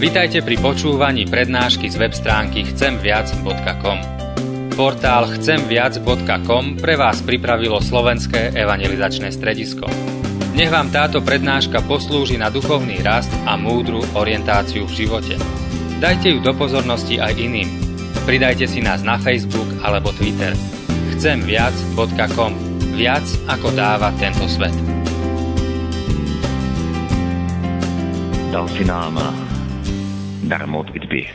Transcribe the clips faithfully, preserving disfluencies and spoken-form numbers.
Vitajte pri počúvaní prednášky z web stránky chcem viac bodka com. Portál chcem viac bodka com pre vás pripravilo Slovenské evangelizačné stredisko. Nech vám táto prednáška poslúži na duchovný rast a múdru orientáciu v živote. Dajte ju do pozornosti aj iným. Pridajte si nás na Facebook alebo Twitter. chcem viac bodka com. Viac ako dáva tento svet. Dal si nám dar modlitby.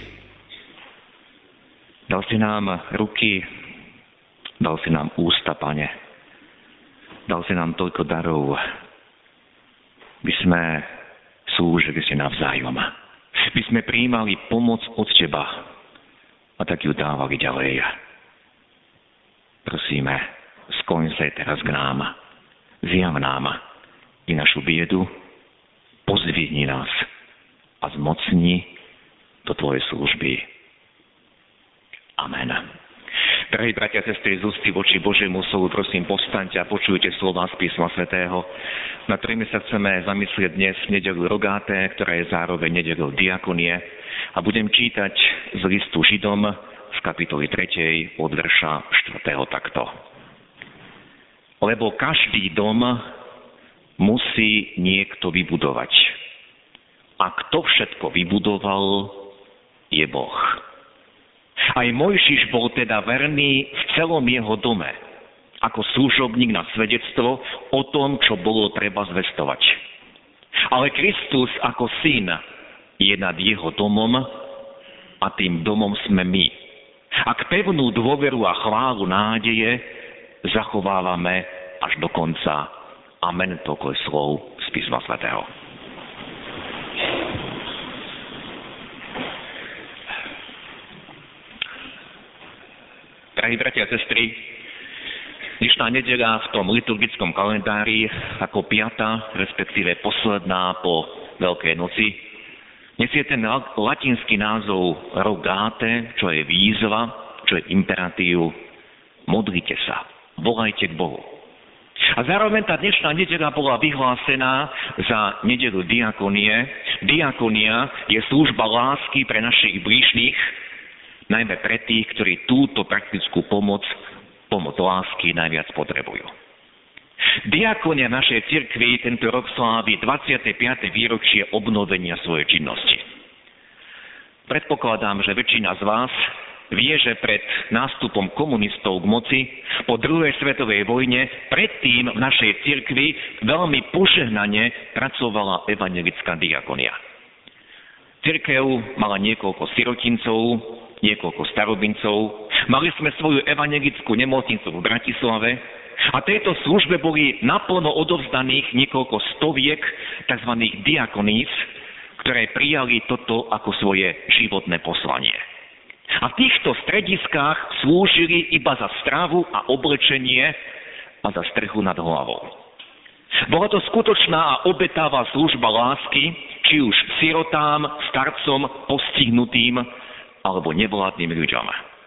Dal si nám ruky, dal si nám ústa, Pane. Dal si nám toľko darov, by sme slúžili si navzájom. By sme prijímali pomoc od Teba a tak ju dávali ďalej. Prosíme, skloň sa teraz k nám. Zjav nám i našu biedu, pozdvihni nás a zmocni do Tvojej služby. Amen. Drahí bratia a sestry, z ústy voči Božiemu slovu, prosím, povstaňte a počujte slova z písma svätého, na ktorými sa chceme zamyslieť dnes v nedeľu Rogáte, ktorá je zároveň nedeľou diakonie. A budem čítať z listu Židom z kapitoly tretej od verša štvrtého takto. Lebo každý dom musí niekto vybudovať. A kto všetko vybudoval, je Boh. Aj Mojžiš bol teda verný v celom jeho dome, ako služobník na svedectvo o tom, čo bolo treba zvestovať. Ale Kristus ako syn je nad jeho domom a tým domom sme my. Ak pevnú dôveru a chválu nádeje zachovávame až do konca. Amen, toľko je slov z písma svätého. Drahí bratia a sestry, dnešná nedeľa v tom liturgickom kalendári ako piata, respektíve posledná po Veľkej noci, nesie ten latinský názov Rogate, čo je výzva, čo je imperatív. Modlite sa, volajte k Bohu. A zároveň tá dnešná nedeľa bola vyhlásená za nedeľu diakonie. Diakonia je služba lásky pre našich blížnych, najmä pre tých, ktorí túto praktickú pomoc, pomoc lásky najviac potrebujú. Diakonia našej cirkvi tento rok slávi dvadsiate piate výročie obnovenia svojej činnosti. Predpokladám, že väčšina z vás vie, že pred nástupom komunistov k moci po druhej svetovej vojne predtým v našej cirkvi veľmi požehnane pracovala evanjelická diakonia. Cirkev mala niekoľko sirotincov, niekoľko starobincov, mali sme svoju evanjelickú nemocnicu v Bratislave a tejto službe boli naplno odovzdaných niekoľko stoviek tzv. Diakoníc, ktoré prijali toto ako svoje životné poslanie. A v týchto strediskách slúžili iba za stravu a oblečenie a za strechu nad hlavou. Bola to skutočná a obetavá služba lásky, či už sirotám, starcom, postihnutým alebo nevládnym ľuďom.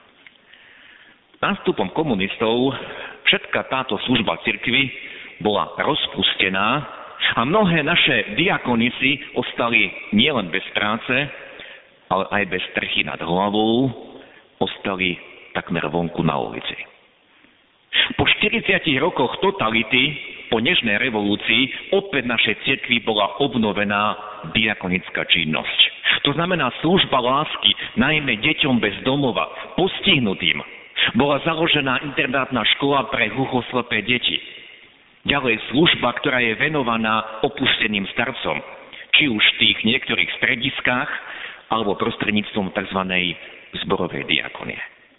Nástupom komunistov všetka táto služba cirkvi bola rozpustená a mnohé naše diakonici ostali nielen bez práce, ale aj bez strechy nad hlavou, ostali takmer vonku na ulici. Po štyridsiatich rokoch totality, po nežnej revolúcii, opäť našej cirkvi bola obnovená diakonická činnosť. To znamená služba lásky, najmä deťom bez domova, postihnutým. Bola založená internátna škola pre hluchoslepé deti. Ďalej služba, ktorá je venovaná opusteným starcom, či už v tých niektorých strediskách, alebo prostredníctvom tzv. Zborovej diakonie.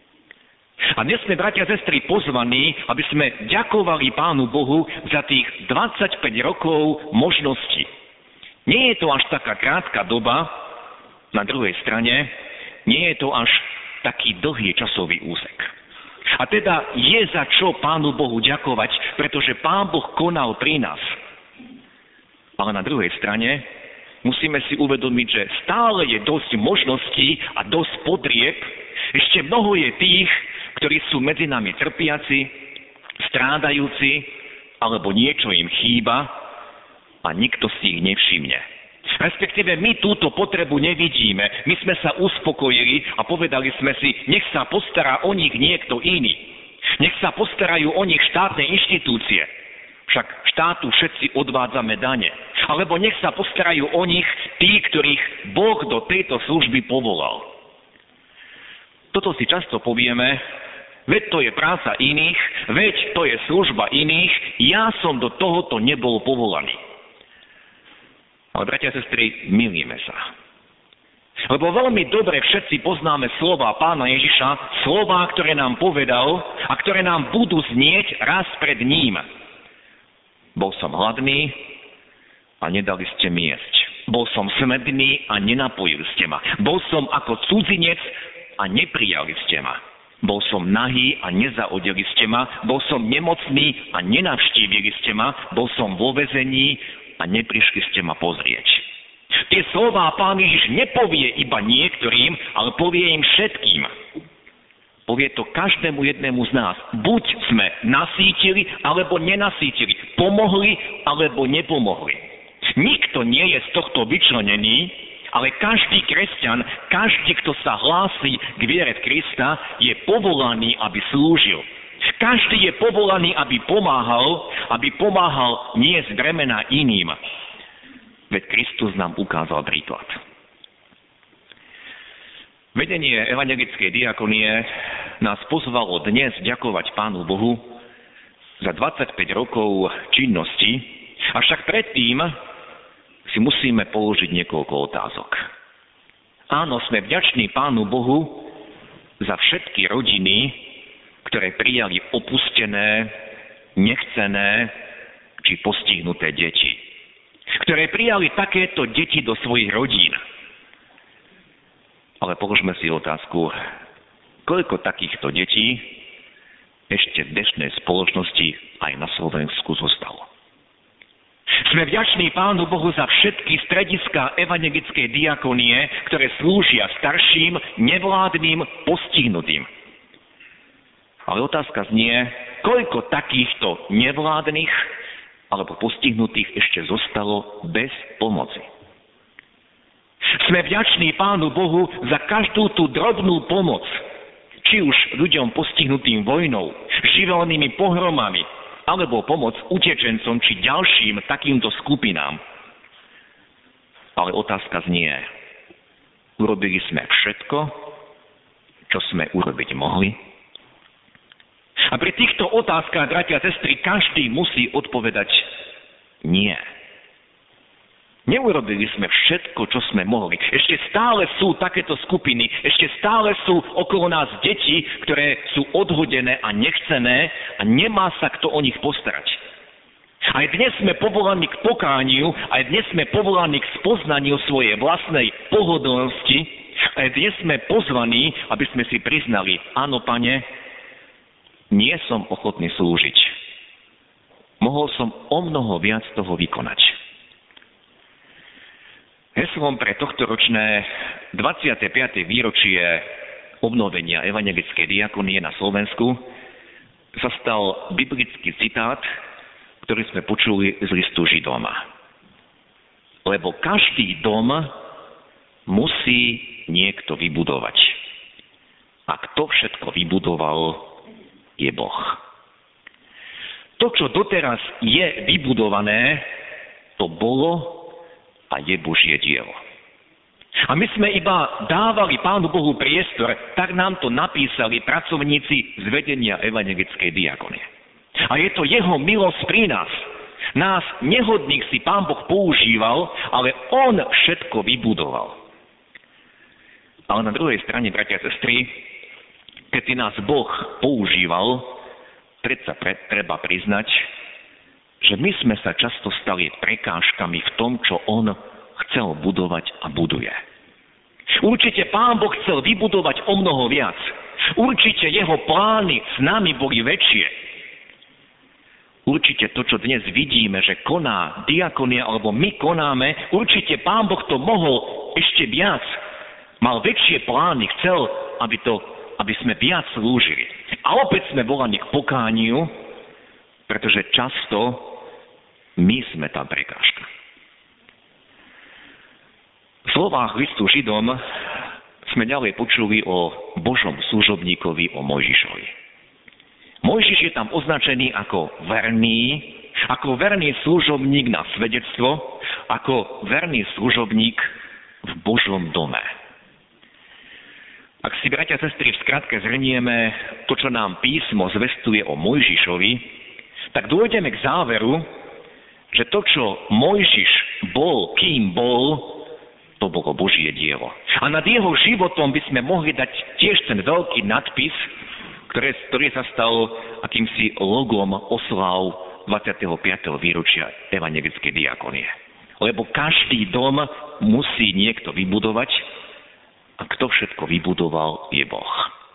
A dnes sme, bratia a sestry, pozvaní, aby sme ďakovali Pánu Bohu za tých dvadsaťpäť rokov možností. Nie je to až taká krátka doba, na druhej strane nie je to až taký dlhý časový úsek. A teda je za čo Pánu Bohu ďakovať, pretože Pán Boh konal pri nás. Ale na druhej strane musíme si uvedomiť, že stále je dosť možností a dosť potrieb. Ešte mnoho je tých, ktorí sú medzi nami trpiaci, strádajúci, alebo niečo im chýba a nikto si ich nevšimne. Respektíve my túto potrebu nevidíme. My sme sa uspokojili a povedali sme si, nech sa postará o nich niekto iný. Nech sa postarajú o nich štátne inštitúcie. Však štátu všetci odvádzame dane. Alebo nech sa postarajú o nich tí, ktorých Boh do tejto služby povolal. Toto si často povieme, veď to je práca iných, veď to je služba iných, ja som do tohoto nebol povolaný. Ale bratia a sestry, mýlime sa. Lebo veľmi dobre všetci poznáme slova Pána Ježiša, slová, ktoré nám povedal a ktoré nám budú znieť raz pred ním. Bol som hladný a nedali ste mi jesť. Bol som smedný a nenapojili ste ma. Bol som ako cudzinec a neprijali ste ma. Bol som nahý a nezaodeli ste ma. Bol som nemocný a nenavštívili ste ma. Bol som vo väzení a neprišli ste ma pozrieť. Tie slová Pán Ježiš nepovie iba niektorým, ale povie im všetkým. Povie to každému jednému z nás. Buď sme nasýtili, alebo nenasýtili. Pomohli, alebo nepomohli. Nikto nie je z tohto vyčlenený, ale každý kresťan, každý, kto sa hlási k viere v Krista, je povolaný, aby slúžil. Každý je povolaný, aby pomáhal, aby pomáhal niesť bremena iným. Veď Kristus nám ukázal príklad. Vedenie evangelickej diakonie nás pozvalo dnes ďakovať Pánu Bohu za dvadsaťpäť rokov činnosti, avšak predtým si musíme položiť niekoľko otázok. Áno, sme vďační Pánu Bohu za všetky rodiny, ktoré prijali opustené, nechcené či postihnuté deti. Ktoré prijali takéto deti do svojich rodín. Ale položme si otázku, koľko takýchto detí ešte v dnešnej spoločnosti aj na Slovensku zostalo. Sme vďační Pánu Bohu za všetky strediská evangelickej diakonie, ktoré slúžia starším, nevládnym, postihnutým. Ale otázka znie, koľko takýchto nevládnych alebo postihnutých ešte zostalo bez pomoci. Sme vďační Pánu Bohu za každú tú drobnú pomoc, či už ľuďom postihnutým vojnou, živelnými pohromami, alebo pomoc utečencom či ďalším takýmto skupinám. Ale otázka znie, urobili sme všetko, čo sme urobiť mohli? A pri týchto otázkach, bratia a sestry, každý musí odpovedať nie. Neurobili sme všetko, čo sme mohli. Ešte stále sú takéto skupiny, ešte stále sú okolo nás deti, ktoré sú odhodené a nechcené a nemá sa kto o nich postarať. Aj dnes sme povolaní k pokániu, aj dnes sme povolaní k spoznaniu svojej vlastnej pohodlnosti, aj dnes sme pozvaní, aby sme si priznali, áno, Pane, nie som ochotný slúžiť. Mohol som o mnoho viac toho vykonať. Heslom pre tohtoročné dvadsiate piate výročie obnovenia evangelickej diakonie na Slovensku sa stal biblický citát, ktorý sme počuli z listu Židom. Lebo každý dom musí niekto vybudovať. A kto všetko vybudoval, je Boh. To, čo doteraz je vybudované, to bolo a je Božie dielo. A my sme iba dávali Pánu Bohu priestor, tak nám to napísali pracovníci z vedenia evangelickej diakonie. A je to jeho milosť pri nás. Nás nehodných si Pán Boh používal, ale on všetko vybudoval. Ale na druhej strane, bratia a sestry, keď si nás Boh používal, predsa pre, treba priznať, že my sme sa často stali prekážkami v tom, čo on chcel budovať a buduje. Určite Pán Boh chcel vybudovať o mnoho viac. Určite jeho plány s nami boli väčšie. Určite to, čo dnes vidíme, že koná diakonia, alebo my konáme, určite Pán Boh to mohol ešte viac. Mal väčšie plány, chcel, aby to aby sme viac slúžili. A opäť sme volaní k pokániu, pretože často my sme tá prekážka. V slovách listu Židom sme ďalej počuli o Božom služobníkovi, o Mojžišovi. Mojžiš je tam označený ako verný, ako verný služobník na svedectvo, ako verný služobník v Božom dome. Ak si, bratia a sestry, v skratke zhrnieme to, čo nám písmo zvestuje o Mojžišovi, tak dôjdeme k záveru, že to, čo Mojžiš bol, kým bol, to bolo Božie dielo. A nad jeho životom by sme mohli dať tiež ten veľký nadpis, ktoré, ktorý sa stal akýmsi logom oslav dvadsiateho piateho výročia evangelickej diakonie. Lebo každý dom musí niekto vybudovať, a kto všetko vybudoval, je Boh.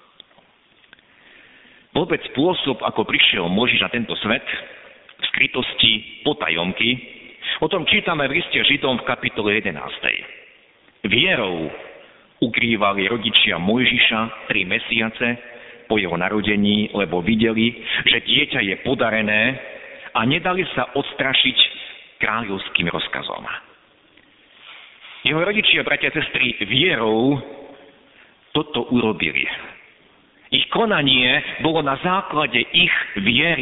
Vôbec spôsob, ako prišiel Mojžiš na tento svet, v skrytosti, potajomky, o tom čítame v liste Židom v kapitole jedenástej. Vierou ukrývali rodičia Mojžiša tri mesiace po jeho narodení, lebo videli, že dieťa je podarené a nedali sa odstrašiť kráľovským rozkazom. Jeho rodičia, bratia a sestry, vierou toto urobili. Ich konanie bolo na základe ich viery.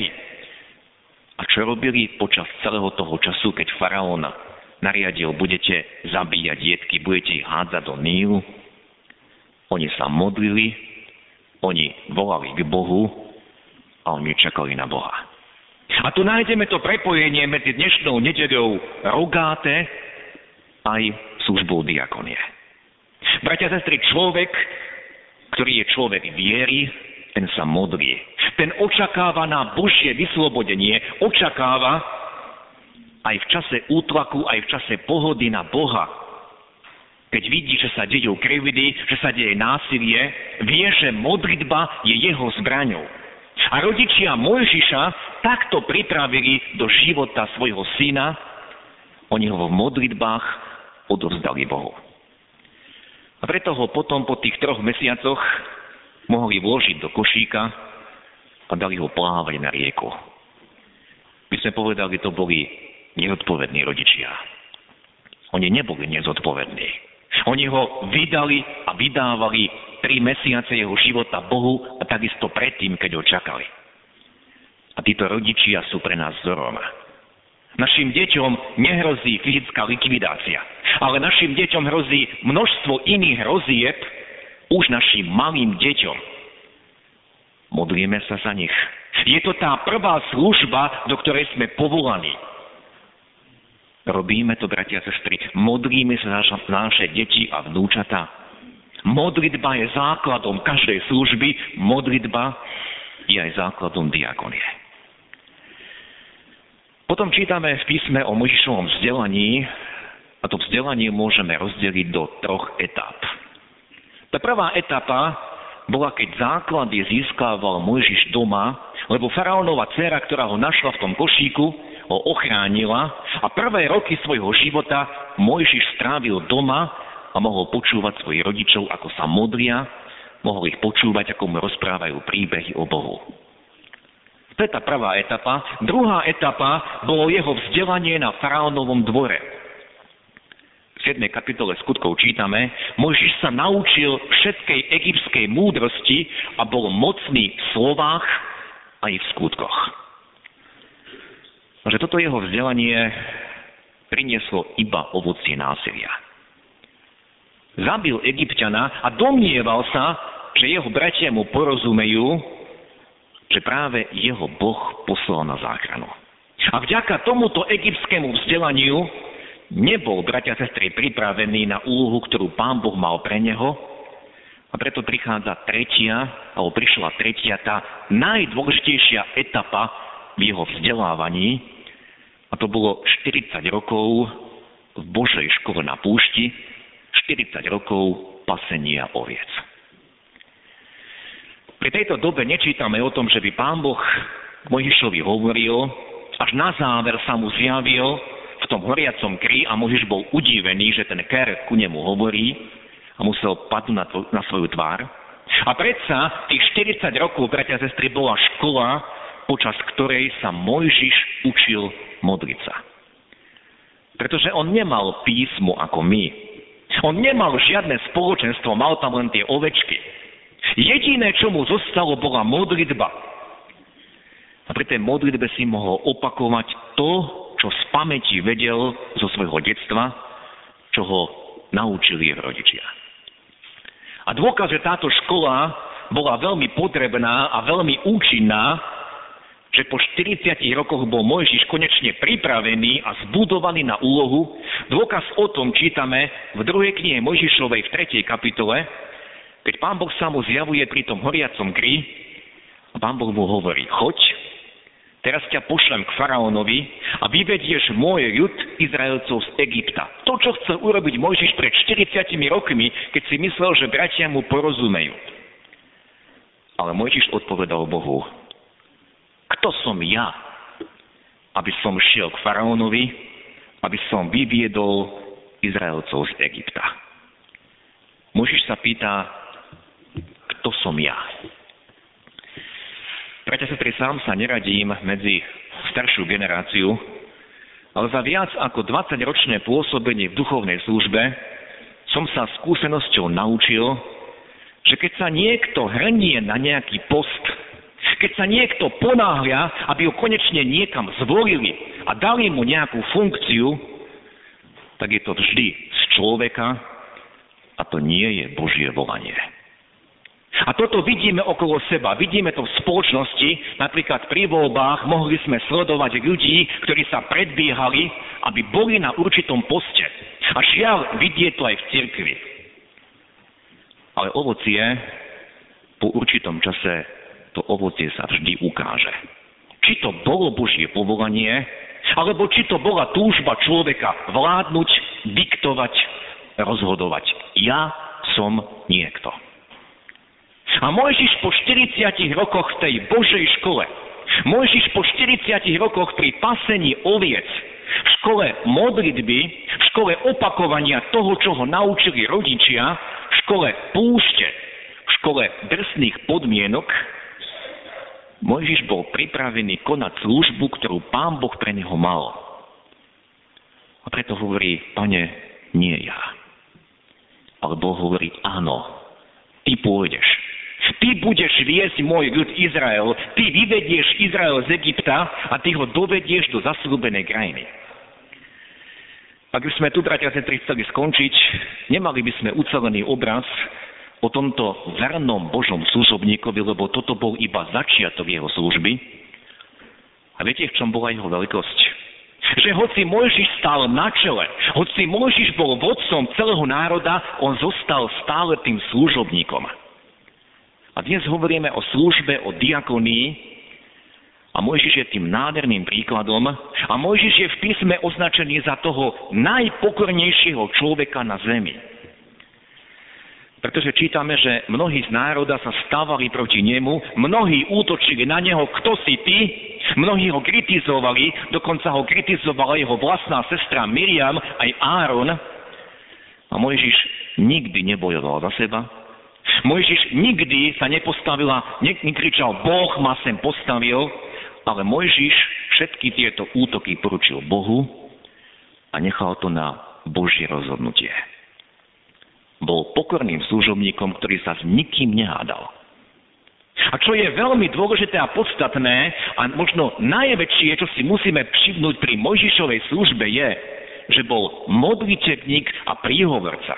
A čo robili počas celého toho času, keď faraón nariadil, budete zabíjať dietky, budete ich hádzať do Nílu? Oni sa modlili, oni volali k Bohu a oni čakali na Boha. A tu nájdeme to prepojenie medzi dnešnou nedeľou Rogáte aj službou diakonie. Bratia a sestry, človek, ktorý je človek viery, ten sa modlí. Ten očakáva na Božie vyslobodenie, očakáva aj v čase útlaku, aj v čase pohody na Boha. Keď vidí, že sa dejú krivdy, že sa deje násilie, vie, že modlitba je jeho zbraňou. A rodičia Mojžiša takto pripravili do života svojho syna, oni ho v modlitbách odovzdali Bohu. A preto ho potom po tých troch mesiacoch mohli vložiť do košíka a dali ho plávať na rieku. My sme povedali, to boli nezodpovední rodičia. Oni neboli nezodpovední. Oni ho vydali a vydávali tri mesiace jeho života Bohu a takisto predtým, keď ho čakali. A títo rodičia sú pre nás vzorom. Našim deťom nehrozí fyzická likvidácia, ale našim deťom hrozí množstvo iných hrozieb už našim malým deťom. Modlíme sa za nich. Je to tá prvá služba, do ktorej sme povolaní. Robíme to, bratia a sestry. Modlíme sa za naše deti a vnúčatá. Modlitba je základom každej služby. Modlitba je aj základom diakonie. Potom čítame v písme o Mojžišovom vzdelaní a to vzdelanie môžeme rozdeliť do troch etáp. Tá prvá etapa bola, keď základy získával Mojžiš doma, lebo faraónova dcéra, ktorá ho našla v tom košíku, ho ochránila a prvé roky svojho života Mojžiš strávil doma a mohol počúvať svojich rodičov, ako sa modlia, mohol ich počúvať, ako mu rozprávajú príbehy o Bohu. To je tá prvá etapa. Druhá etapa bolo jeho vzdelanie na faraónovom dvore. V siedmej kapitole Skutkov čítame, Mojžiš sa naučil všetkej egyptskej múdrosti a bol mocný v slovách aj v skutkoch. Že toto jeho vzdelanie prinieslo iba ovocie násilia. Zabil Egypťana a domnieval sa, že jeho bratia mu porozumejú, že práve jeho Boh poslal na záchranu. A vďaka tomuto egyptskému vzdelaniu nebol, bratia a sestry, pripravený na úlohu, ktorú Pán Boh mal pre neho. A preto prichádza tretia, alebo prišla tretia, tá najdôležitejšia etapa v jeho vzdelávaní. A to bolo štyridsať rokov v Božej škole na púšti, štyridsať rokov pasenia oviec. Pri tejto dobe nečítame o tom, že by Pán Boh Mojžišovi hovoril, až na záver sa mu zjavil v tom horiacom kri a Mojžiš bol udivený, že ten ker ku nemu hovorí a musel padnúť na, tvo- na svoju tvár. A predsa tých štyridsať rokov, bratia a sestry, bola škola, počas ktorej sa Mojžiš učil modliť sa. Pretože on nemal písmo ako my. On nemal žiadne spoločenstvo, mal tam len tie ovečky. Jediné, čo mu zostalo, bola modlitba. A pri tej modlitbe si mohol opakovať to, čo z pamäti vedel zo svojho detstva, čo ho naučili jeho rodičia. A dôkaz, že táto škola bola veľmi potrebná a veľmi účinná, že po štyridsiatich rokoch bol Mojžiš konečne pripravený a zbudovaný na úlohu. Dôkaz o tom čítame v druhej knihe Mojžišovej v tretej kapitole, keď Pán Boh sa mu zjavuje pri tom horiacom kri a Pán Boh mu hovorí: choď, teraz ťa pošlem k faraónovi a vyvedieš môj ľud Izraelcov z Egypta. To, čo chcel urobiť Mojžiš pred štyridsiatimi rokmi, keď si myslel, že bratia mu porozumejú. Ale Mojžiš odpovedal Bohu: kto som ja, aby som šiel k faraónovi, aby som vyviedol Izraelcov z Egypta? Mojžiš sa pýta, kto som ja? Bratia, sestry, sám sa neradím medzi staršiu generáciu, ale za viac ako dvadsaťročné pôsobenie v duchovnej službe som sa skúsenosťou naučil, že keď sa niekto hrnie na nejaký post, keď sa niekto ponáhľa, aby ho konečne niekam zvolili a dali mu nejakú funkciu, tak je to vždy z človeka a to nie je Božie volanie. A toto vidíme okolo seba, vidíme to v spoločnosti, napríklad pri voľbách mohli sme sledovať ľudí, ktorí sa predbiehali, aby boli na určitom poste. A žiaľ, vidie to aj v cirkvi. Ale ovocie, po určitom čase, to ovocie sa vždy ukáže. Či to bolo Božie povolanie, alebo či to bola túžba človeka vládnuť, diktovať, rozhodovať. Ja som niekto. A Mojžiš po štyridsiatich rokoch v tej Božej škole, Mojžiš po štyridsiatich rokoch pri pasení oviec, v škole modlitby, v škole opakovania toho, čo ho naučili rodičia, v škole púšte, v škole drsných podmienok, Mojžiš bol pripravený konať službu, ktorú Pán Boh pre neho mal. A preto hovorí: Pane, nie ja. Ale Boh hovorí: áno, ty pôjdeš. Ty budeš viesť môj ľud Izrael, ty vyvedieš Izrael z Egypta a ty ho dovedieš do zasľúbenej krajiny. Ak by sme tu, bratia a sestry, chceli skončiť, nemali by sme ucelený obraz o tomto vernom Božom služobníkovi, lebo toto bol iba začiatok jeho služby. A viete, v čom bola jeho veľkosť? Že hoci Mojžiš stál na čele, hoci Mojžiš bol vodcom celého národa, on zostal stále tým služobníkom. A dnes hovoríme o službe, o diakonii a Mojžiš je tým nádherným príkladom a Mojžiš je v písme označený za toho najpokornejšieho človeka na zemi. Pretože čítame, že mnohí z národa sa stávali proti nemu, mnohí útočili na neho: kto si ty? Mnohí ho kritizovali, dokonca ho kritizovala jeho vlastná sestra Miriam, aj Áron. A Mojžiš nikdy nebojoval za seba. Mojžiš nikdy sa nepostavil a nekričal: Boh ma sem postavil, ale Mojžiš všetky tieto útoky poručil Bohu a nechal to na Božie rozhodnutie. Bol pokorným služobníkom, ktorý sa s nikým nehádal. A čo je veľmi dôležité a podstatné, a možno najväčšie, čo si musíme všimnúť pri Mojžišovej službe, je, že bol modlitebník a príhovorca.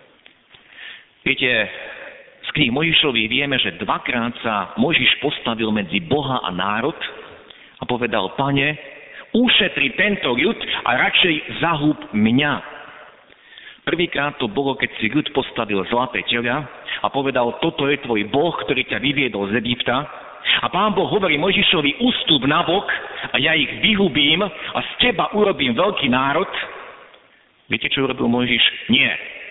Viete, z kníh Mojžišových vieme, že dvakrát sa Mojžiš postavil medzi Boha a národ a povedal: Pane, ušetri tento ľud a radšej zahub mňa. Prvýkrát to bolo, keď si ľud postavil zlaté teľa a povedal: toto je tvoj Boh, ktorý ťa vyviedol z Egypta. A Pán Boh hovorí Mojžišovi: ústup nabok a ja ich vyhubím a z teba urobím veľký národ. Viete, čo urobil Mojžiš? Nie.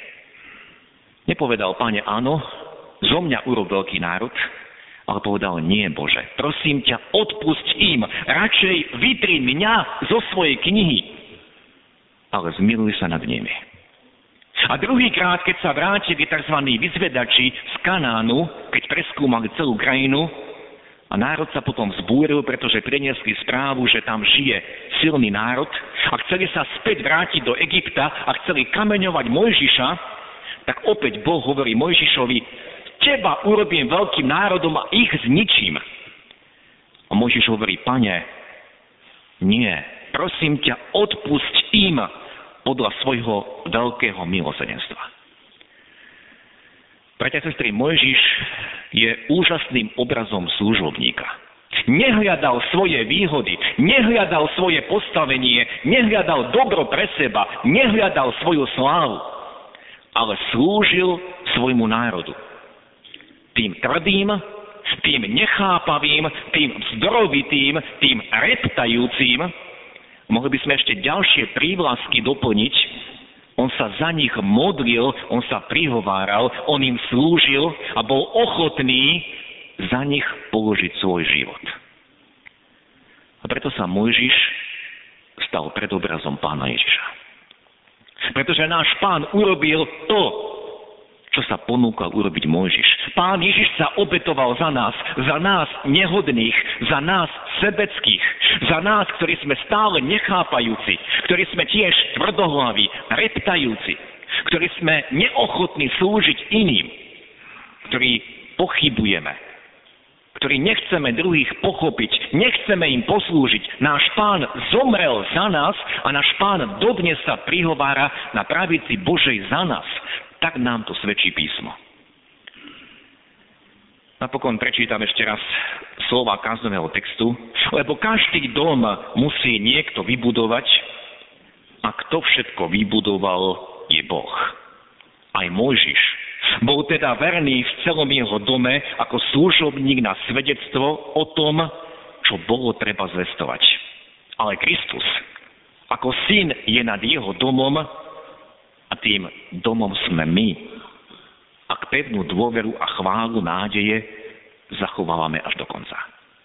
Nepovedal: Pane, áno, zo mňa urob veľký národ, ale povedal: nie, Bože, prosím ťa, odpusť im, radšej vytri mňa zo svojej knihy. Ale zmiluj sa nad nimi. A druhýkrát, keď sa vrátili tzv. Vyzvedači z Kanánu, keď preskúmali celú krajinu, a národ sa potom vzbúril, pretože priniesli správu, že tam žije silný národ a chceli sa späť vrátiť do Egypta a chceli kameňovať Mojžiša, tak opäť Boh hovorí Mojžišovi, teba urobím veľkým národom a ich zničím. A Mojžiš hovorí, Pane, nie, prosím ťa, odpusť im podľa svojho veľkého milosrdenstva. Bratia a sestry, Mojžiš je úžasným obrazom služobníka. Nehľadal svoje výhody, nehľadal svoje postavenie, nehľadal dobro pre seba, nehľadal svoju slávu, ale slúžil svojmu národu. Tým tvrdým, tým nechápavým, tým vzdorovitým, tým reptajúcim, mohli by sme ešte ďalšie prívlasky doplniť, on sa za nich modlil, on sa prihováral, on im slúžil a bol ochotný za nich položiť svoj život. A preto sa Mojžiš stal predobrazom Pána Ježiša. Pretože náš Pán urobil to, čo sa ponúkal urobiť Mojžiš. Pán Ježiš sa obetoval za nás, za nás nehodných, za nás sebeckých, za nás, ktorí sme stále nechápajúci, ktorí sme tiež tvrdohlaví, reptajúci, ktorí sme neochotní slúžiť iným, ktorí pochybujeme, ktorí nechceme druhých pochopiť, nechceme im poslúžiť. Náš Pán zomrel za nás a náš Pán dodnes sa prihovára na pravici Božej za nás. Tak nám to svedčí písmo. Napokon prečítam ešte raz slova kázneného textu, lebo každý dom musí niekto vybudovať a kto všetko vybudoval, je Boh. Aj Mojžiš bol teda verný v celom jeho dome ako služobník na svedectvo o tom, čo bolo treba zvestovať. Ale Kristus ako syn je nad jeho domom a tým domom sme my. Ak pevnú dôveru a chválu nádeje zachovávame až do konca.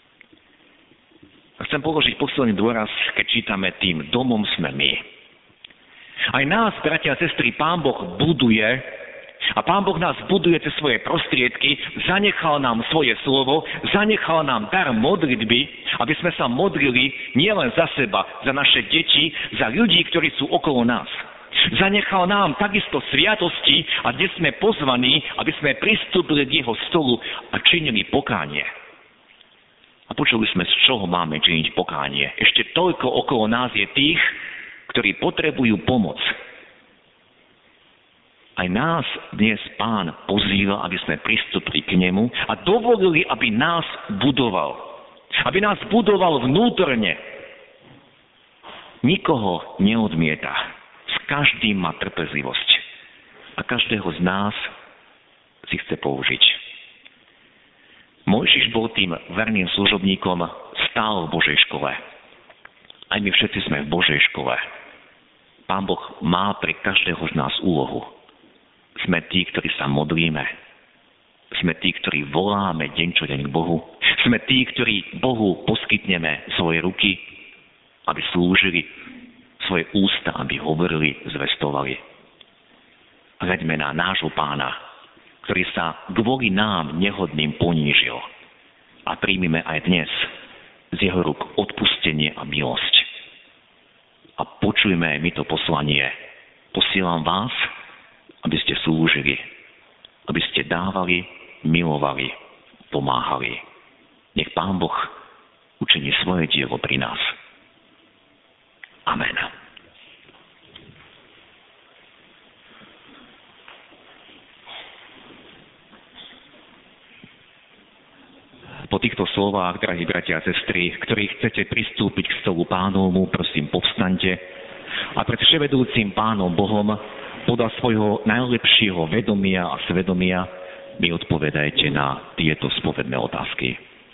A chcem položiť posledný dôraz, keď čítame tým domom sme my. Aj nás, bratia a sestry, Pán Boh buduje a Pán Boh nás buduje cez svoje prostriedky, zanechal nám svoje slovo, zanechal nám dar modlitby, aby sme sa modlili nielen za seba, za naše deti, za ľudí, ktorí sú okolo nás. Zanechal nám takisto sviatosti a dnes sme pozvaní, aby sme pristúpili k jeho stolu a činili pokánie. A počuli sme, z čoho máme činiť pokánie. Ešte toľko okolo nás je tých, ktorí potrebujú pomoc. Aj nás dnes Pán pozýva, aby sme pristúpili k nemu a dovolili, aby nás budoval. Aby nás budoval vnútorne. Nikoho neodmieta. S každým má trpezlivosť. A každého z nás si chce použiť. Mojžiš bol tým verným služobníkom, stál v Božej škole. Aj my všetci sme v Božej škole. Pán Boh má pre každého z nás úlohu. Sme tí, ktorí sa modlíme. Sme tí, ktorí voláme deň čo deň k Bohu. Sme tí, ktorí Bohu poskytneme svoje ruky, aby slúžili, svoje ústa, aby hovorili, zvestovali. Hľaďme na nášho Pána, ktorý sa kvôli nám nehodným ponížil. A príjmime aj dnes z jeho ruk odpustenie a milosť. A počujme mi to poslanie. Posielam vás, aby ste slúžili, aby ste dávali, milovali, pomáhali. Nech Pán Boh učení svoje dielo pri nás. Amen. Po týchto slovách, drahí bratia a sestry, ktorí chcete pristúpiť k stolu Pánovmu, prosím, povstaňte a pred vševedúcim Pánom Bohom podľa svojho najlepšieho vedomia a svedomia mi odpovedajte na tieto spovedné otázky.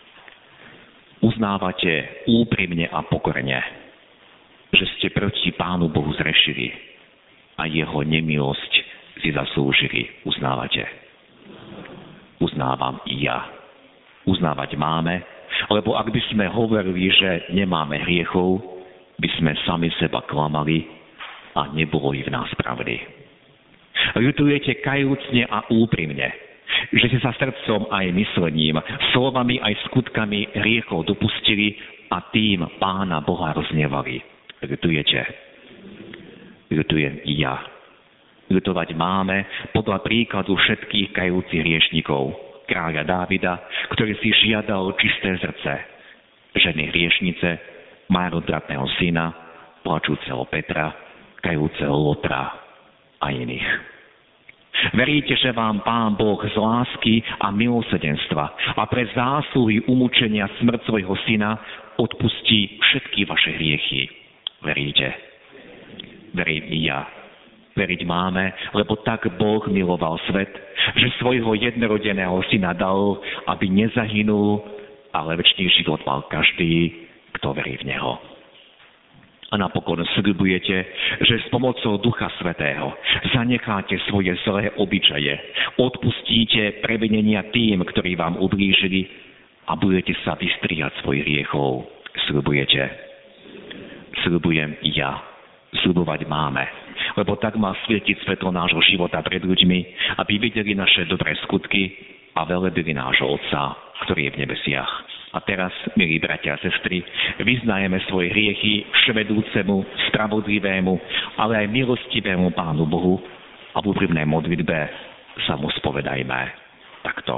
Uznávate úprimne a pokorne, že ste proti Pánu Bohu zrešili a jeho nemilosť si zaslúžili. Uznávate. Uznávam i ja. Uznávať máme, lebo ak by sme hovorili, že nemáme hriechov, by sme sami seba klamali a nebolo i v nás pravdy. Ľutujete kajúcne a úprimne, že ste sa srdcom aj myslením, slovami aj skutkami hriechov dopustili a tým Pána Boha roznevali. Ľutujete. Ľutujem i ja. Ľutovať máme podľa príkladu všetkých kajúcich hriešnikov. Kráľa Dávida, ktorý si žiadal čisté srdce, ženy hriešnice, marnotratného syna, plačúceho Petra, kajúceho Lotra a iných. Veríte, že vám Pán Boh z lásky a milosrdenstva a pre zásluhy umúčenia smrť svojho syna odpustí všetky vaše hriechy. Veríte? Verím i ja. Veriť máme, lebo tak Boh miloval svet, že svojho jednorodeného syna dal, aby nezahynul, ale večný život mal každý, kto verí v Neho. A napokon sľubujete, že s pomocou Ducha Svätého zanecháte svoje zlé obyčaje, odpustíte previnenia tým, ktorí vám ublížili a budete sa vystriať svojich hriechov. Sľubujete? Sľubujem i ja. Sľubovať máme, lebo tak má svietiť svetlo nášho života pred ľuďmi, aby videli naše dobré skutky a velebili nášho Otca, ktorý je v nebesiach. A teraz, milí bratia a sestry, vyznajeme svoje hriechy vševedúcemu, spravodlivému, ale aj milostivému Pánu Bohu a v úprimnej modlitbe sa mu spovedajme takto.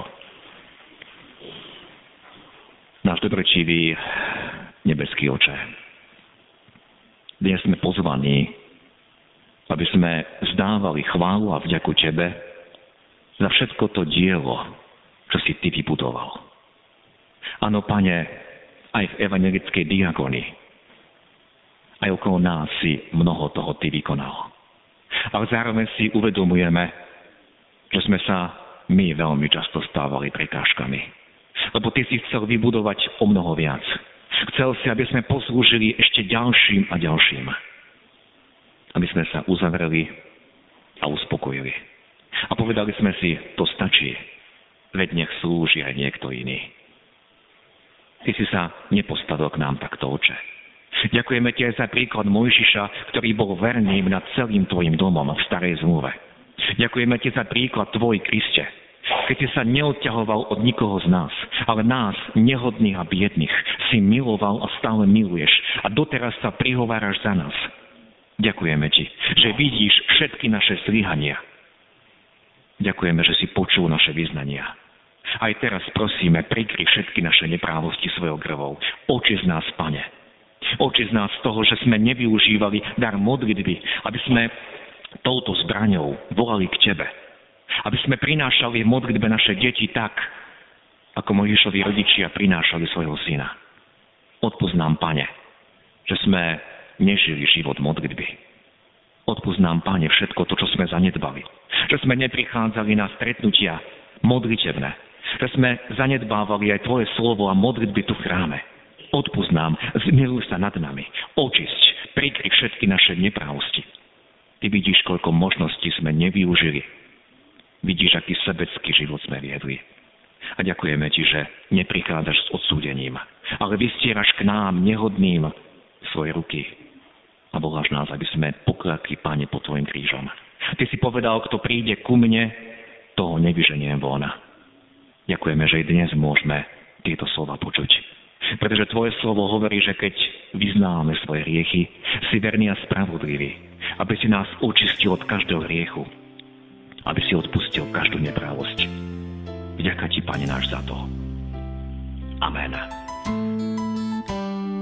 Náš dobrečivý nebeský Oče, dnes sme pozvaní, aby sme vzdávali chválu a vďaku Tebe za všetko to dielo, čo si Ty vybudoval. Áno, Pane, aj v evanjelickej diakonii, aj okolo nás si mnoho toho Ty vykonal. Ale zároveň si uvedomujeme, že sme sa my veľmi často stávali prekážkami. Lebo Ty si chcel vybudovať o mnoho viac. Chcel si, aby sme poslúžili ešte ďalším a ďalším. Aby sme sa uzavreli a uspokojili. A povedali sme si, to stačí, veď nech slúži aj niekto iný. Ty si sa nepostavil k nám takto, Oče. Ďakujeme Ti aj za príklad Mojžiša, ktorý bol verným nad celým Tvojim domom v starej zmluve. Ďakujeme Ti za príklad Tvoj, Kriste, keď si sa neodťahoval od nikoho z nás, ale nás, nehodných a biedných, si miloval a stále miluješ a doteraz sa prihováraš za nás. Ďakujeme Ti, že vidíš všetky naše zlyhania. Ďakujeme, že si počul naše vyznania. Aj teraz prosíme, prikry všetky naše neprávosti svojou krvou. Oči z nás, Pane. Oči z nás z toho, že sme nevyužívali dar modlitby, aby sme touto zbraňou volali k Tebe. Aby sme prinášali v modlitbe naše deti tak, ako Mojžišovi rodičia prinášali svojho syna. Odpusť nám, Pane, že sme nežili život modlitby. Odpusť nám, Pane, všetko to, čo sme zanedbali. Že sme neprichádzali na stretnutia modlitebné. Že sme zanedbávali aj Tvoje slovo a modlitby tu v chráme. Odpusť nám, zmiluj sa nad nami, očisť, prikry všetky naše neprávosti. Ty vidíš, koľko možností sme nevyužili. Vidíš, aký sebecký život sme viedli. A ďakujeme Ti, že neprichádzaš s odsúdením, ale vystieraš k nám, nehodným, svoje ruky. A voláš nás, aby sme poklakli, Pane, pod Tvojim krížom. Ty si povedal, kto príde ku mne, toho nevyženiem von. Ďakujeme, že i dnes môžeme tieto slova počuť. Pretože Tvoje slovo hovorí, že keď vyznáme svoje hriechy, si verný a spravodlivý, aby si nás očistil od každého hriechu, aby si odpustil každú neprávosť. Vďaka Ti, Pane náš, za to. Amen.